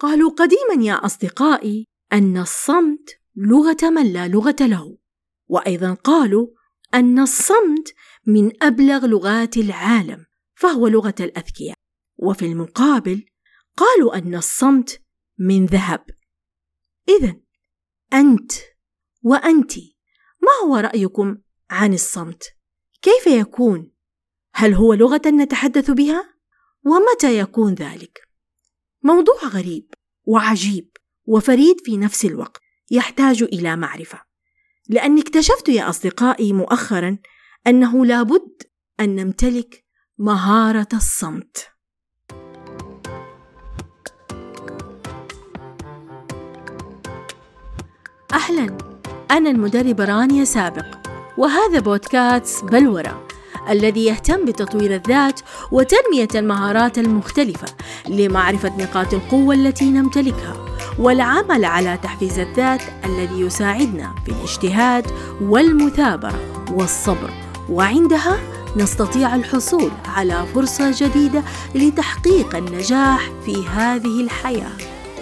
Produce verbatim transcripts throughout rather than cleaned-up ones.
قالوا قديما يا أصدقائي أن الصمت لغة من لا لغة له، وأيضا قالوا أن الصمت من أبلغ لغات العالم فهو لغة الأذكياء. وفي المقابل قالوا أن الصمت من ذهب. إذن أنت وأنت، ما هو رأيكم عن الصمت؟ كيف يكون؟ هل هو لغة نتحدث بها؟ ومتى يكون ذلك؟ موضوع غريب وعجيب وفريد في نفس الوقت، يحتاج إلى معرفة، لأني اكتشفت يا أصدقائي مؤخراً أنه لابد أن نمتلك مهارة الصمت. أهلاً، أنا المدربة رانيا سابق، وهذا بودكاست بلورة الذي يهتم بتطوير الذات وتنمية المهارات المختلفة لمعرفة نقاط القوة التي نمتلكها، والعمل على تحفيز الذات الذي يساعدنا في الاجتهاد والمثابرة والصبر، وعندها نستطيع الحصول على فرصة جديدة لتحقيق النجاح في هذه الحياة.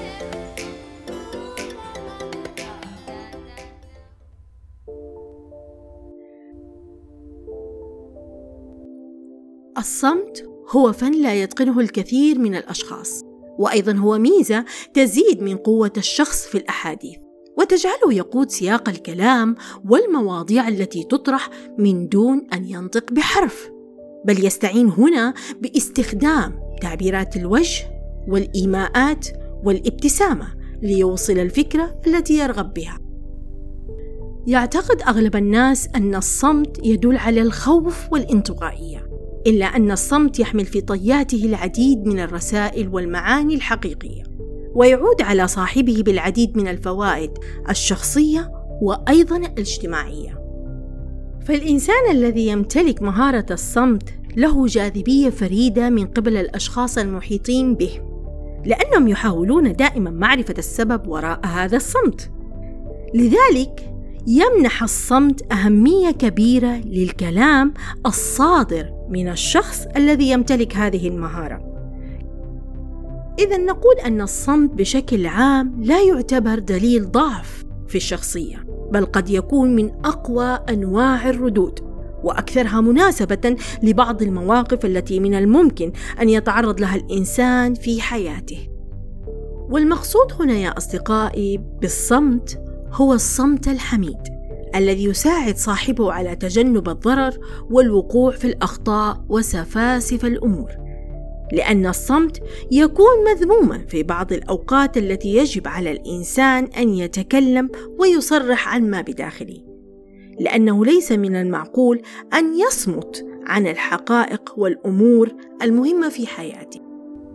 الصمت هو فن لا يتقنه الكثير من الأشخاص، وأيضا هو ميزة تزيد من قوة الشخص في الأحاديث وتجعله يقود سياق الكلام والمواضيع التي تطرح من دون أن ينطق بحرف، بل يستعين هنا باستخدام تعبيرات الوجه والإيماءات والابتسامة ليوصل الفكرة التي يرغب بها. يعتقد أغلب الناس أن الصمت يدل على الخوف والانطوائية، إلا أن الصمت يحمل في طياته العديد من الرسائل والمعاني الحقيقية، ويعود على صاحبه بالعديد من الفوائد الشخصية وأيضاً الاجتماعية. فالإنسان الذي يمتلك مهارة الصمت له جاذبية فريدة من قبل الأشخاص المحيطين به، لأنهم يحاولون دائماً معرفة السبب وراء هذا الصمت. لذلك يمنح الصمت أهمية كبيرة للكلام الصادر من الشخص الذي يمتلك هذه المهارة. إذن نقول أن الصمت بشكل عام لا يعتبر دليل ضعف في الشخصية، بل قد يكون من أقوى أنواع الردود وأكثرها مناسبة لبعض المواقف التي من الممكن أن يتعرض لها الإنسان في حياته. والمقصود هنا يا أصدقائي بالصمت هو الصمت الحميد الذي يساعد صاحبه على تجنب الضرر والوقوع في الأخطاء وسفاسف الأمور، لأن الصمت يكون مذموما في بعض الأوقات التي يجب على الإنسان أن يتكلم ويصرح عن ما بداخله، لأنه ليس من المعقول أن يصمت عن الحقائق والأمور المهمة في حياته.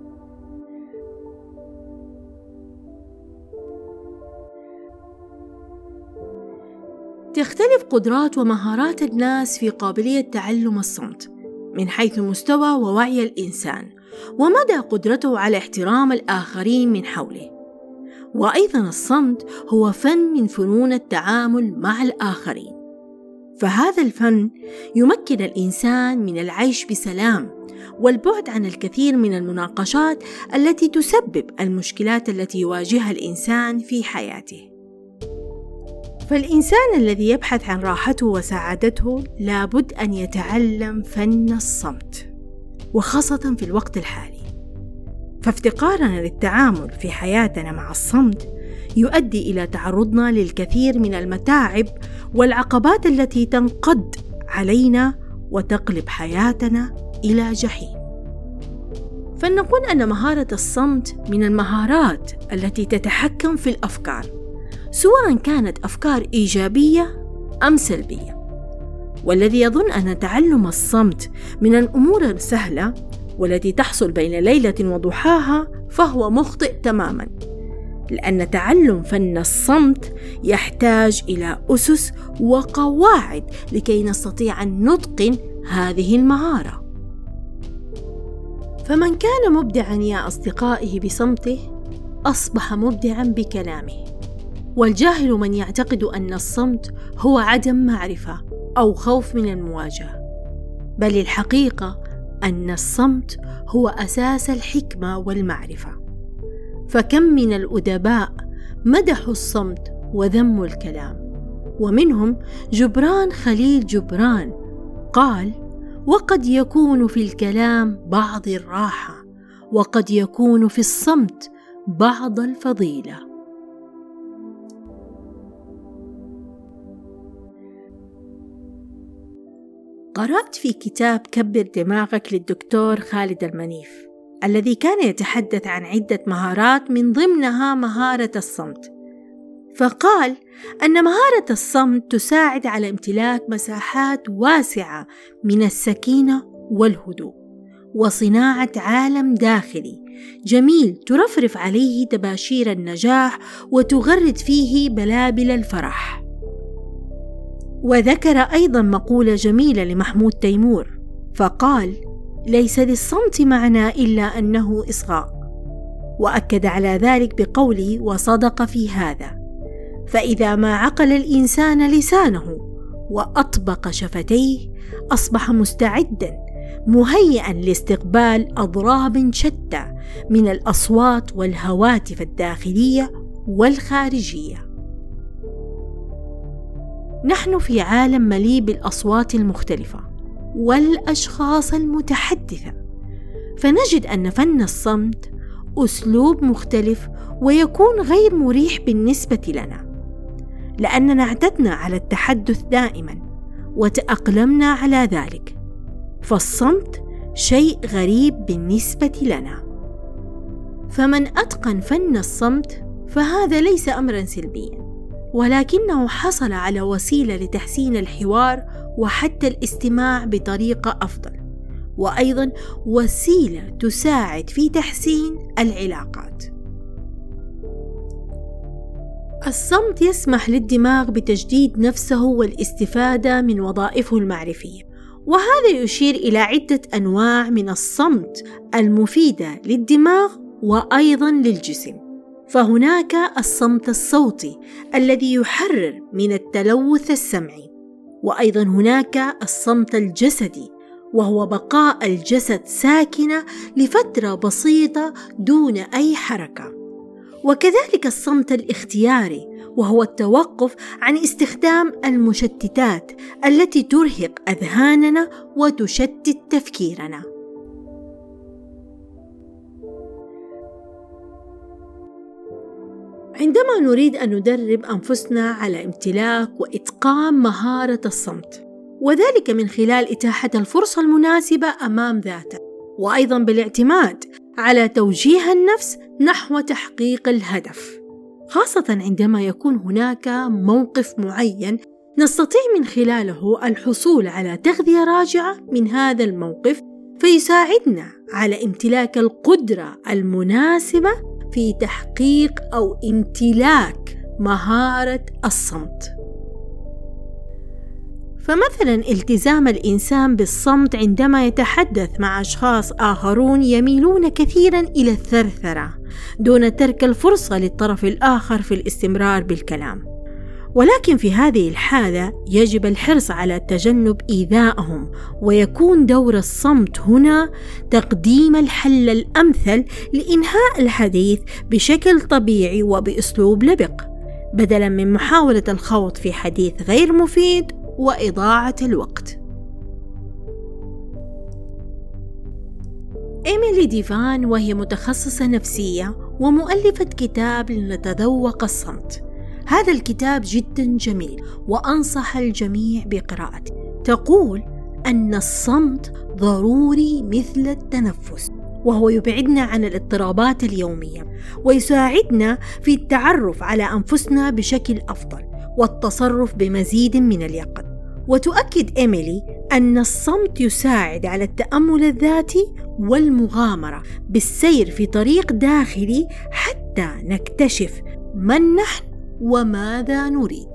تختلف قدرات ومهارات الناس في قابلية تعلم الصمت من حيث مستوى ووعي الإنسان ومدى قدرته على احترام الآخرين من حوله. وأيضا الصمت هو فن من فنون التعامل مع الآخرين، فهذا الفن يمكن الإنسان من العيش بسلام والبعد عن الكثير من المناقشات التي تسبب المشكلات التي يواجهها الإنسان في حياته. فالإنسان الذي يبحث عن راحته وسعادته لابد أن يتعلم فن الصمت، وخاصة في الوقت الحالي، فافتقارنا للتعامل في حياتنا مع الصمت يؤدي إلى تعرضنا للكثير من المتاعب والعقبات التي تنقض علينا وتقلب حياتنا إلى جحيم. فلنقول أن مهارة الصمت من المهارات التي تتحكم في الأفكار، سواء كانت أفكار إيجابية أم سلبية. والذي يظن أن تعلم الصمت من الأمور السهلة والتي تحصل بين ليلة وضحاها فهو مخطئ تماماً، لأن تعلم فن الصمت يحتاج إلى أسس وقواعد لكي نستطيع أن نتقن هذه المهارة. فمن كان مبدعاً يا أصدقائه بصمته أصبح مبدعاً بكلامه، والجاهل من يعتقد أن الصمت هو عدم معرفة أو خوف من المواجهة، بل الحقيقة أن الصمت هو أساس الحكمة والمعرفة. فكم من الأدباء مدحوا الصمت وذموا الكلام، ومنهم جبران خليل جبران قال: وقد يكون في الكلام بعض الراحة، وقد يكون في الصمت بعض الفضيلة. قرأت في كتاب كبر دماغك للدكتور خالد المنيف، الذي كان يتحدث عن عدة مهارات من ضمنها مهارة الصمت، فقال أن مهارة الصمت تساعد على امتلاك مساحات واسعة من السكينة والهدوء، وصناعة عالم داخلي جميل ترفرف عليه تباشير النجاح وتغرد فيه بلابل الفرح. وذكر أيضا مقولة جميلة لمحمود تيمور فقال: ليس للصمت معنى إلا أنه إصغاء، وأكد على ذلك بقوله: وصدق في هذا، فإذا ما عقل الإنسان لسانه وأطبق شفتيه أصبح مستعدا مهيئا لاستقبال أضراب شتى من الأصوات والهواتف الداخلية والخارجية. نحن في عالم مليء بالأصوات المختلفة والأشخاص المتحدثة، فنجد أن فن الصمت أسلوب مختلف ويكون غير مريح بالنسبة لنا، لأننا اعتدنا على التحدث دائما وتأقلمنا على ذلك، فالصمت شيء غريب بالنسبة لنا. فمن أتقن فن الصمت فهذا ليس أمرا سلبيا، ولكنه حصل على وسيلة لتحسين الحوار وحتى الاستماع بطريقة أفضل، وأيضا وسيلة تساعد في تحسين العلاقات. الصمت يسمح للدماغ بتجديد نفسه والاستفادة من وظائفه المعرفية، وهذا يشير إلى عدة أنواع من الصمت المفيدة للدماغ وأيضا للجسم. فهناك الصمت الصوتي الذي يحرر من التلوث السمعي، وأيضا هناك الصمت الجسدي وهو بقاء الجسد ساكنة لفترة بسيطة دون أي حركة، وكذلك الصمت الاختياري وهو التوقف عن استخدام المشتتات التي ترهق أذهاننا وتشتت تفكيرنا. عندما نريد أن ندرب أنفسنا على امتلاك وإتقان مهارة الصمت، وذلك من خلال إتاحة الفرصة المناسبة أمام ذاته، وأيضا بالاعتماد على توجيه النفس نحو تحقيق الهدف، خاصة عندما يكون هناك موقف معين نستطيع من خلاله الحصول على تغذية راجعة من هذا الموقف، فيساعدنا على امتلاك القدرة المناسبة في تحقيق أو امتلاك مهارة الصمت. فمثلا التزام الإنسان بالصمت عندما يتحدث مع أشخاص آخرون يميلون كثيرا إلى الثرثرة دون ترك الفرصة للطرف الآخر في الاستمرار بالكلام، ولكن في هذه الحالة يجب الحرص على تجنب إيذائهم، ويكون دور الصمت هنا تقديم الحل الأمثل لإنهاء الحديث بشكل طبيعي وبأسلوب لبق، بدلا من محاولة الخوض في حديث غير مفيد وإضاعة الوقت. إيميلي ديفان، وهي متخصصة نفسية ومؤلفة كتاب لنتذوق الصمت. هذا الكتاب جدا جميل وأنصح الجميع بقراءته. تقول أن الصمت ضروري مثل التنفس، وهو يبعدنا عن الاضطرابات اليومية ويساعدنا في التعرف على أنفسنا بشكل أفضل والتصرف بمزيد من اليقظة. وتؤكد إيميلي أن الصمت يساعد على التأمل الذاتي والمغامرة بالسير في طريق داخلي حتى نكتشف من نحن وماذا نريد.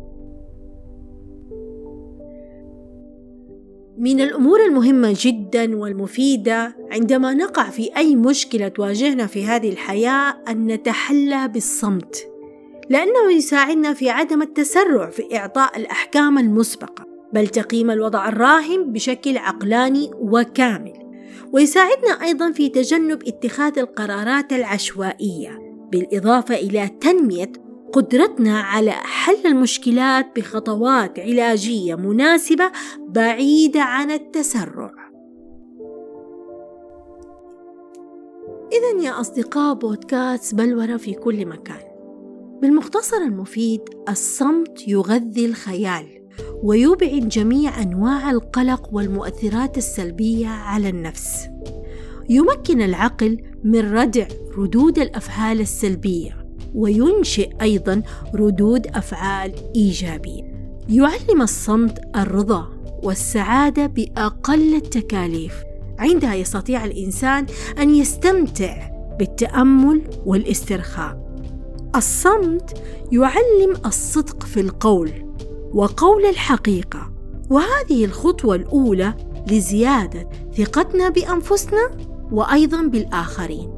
من الأمور المهمة جدا والمفيدة عندما نقع في أي مشكلة تواجهنا في هذه الحياة أن نتحلى بالصمت، لأنه يساعدنا في عدم التسرع في إعطاء الأحكام المسبقة، بل تقييم الوضع الراهن بشكل عقلاني وكامل، ويساعدنا أيضا في تجنب اتخاذ القرارات العشوائية بالإضافة إلى تنمية قدرتنا على حل المشكلات بخطوات علاجية مناسبة بعيدة عن التسرع. إذن يا أصدقاء بودكاست بلورة في كل مكان، بالمختصر المفيد، الصمت يغذي الخيال ويبعد جميع أنواع القلق والمؤثرات السلبية على النفس. يمكن العقل من ردع ردود الأفعال السلبية وينشئ أيضاً ردود أفعال إيجابية. يعلم الصمت الرضا والسعادة بأقل التكاليف. عندها يستطيع الإنسان أن يستمتع بالتأمل والاسترخاء. الصمت يعلم الصدق في القول وقول الحقيقة، وهذه الخطوة الأولى لزيادة ثقتنا بأنفسنا وأيضاً بالآخرين.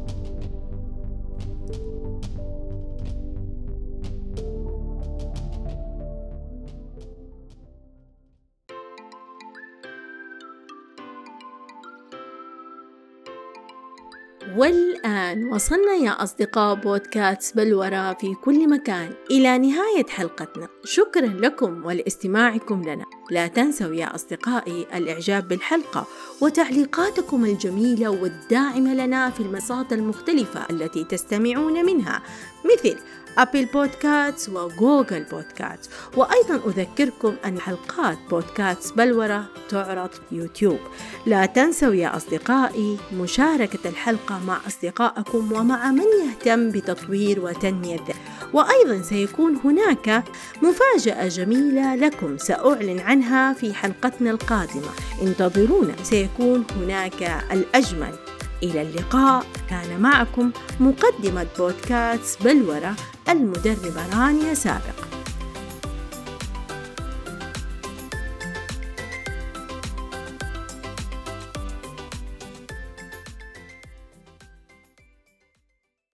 والآن وصلنا يا أصدقاء بودكاست بلورة في كل مكان إلى نهاية حلقتنا. شكرا لكم ولاستماعكم لنا. لا تنسوا يا أصدقائي الإعجاب بالحلقة وتعليقاتكم الجميلة والداعمة لنا في المنصات المختلفة التي تستمعون منها، مثل أبل بودكاست وجوجل بودكاست. وأيضا أذكركم أن حلقات بودكاست بلورة تعرض يوتيوب. لا تنسوا يا أصدقائي مشاركة الحلقة مع أصدقائكم ومع من يهتم بتطوير وتنمية الذات. وأيضا سيكون هناك مفاجأة جميلة لكم سأعلن عنها في حلقتنا القادمة، انتظرونا، سيكون هناك الأجمل. إلى اللقاء. كان معكم مقدمة بودكاست بلورة المدربة رانيا سابق.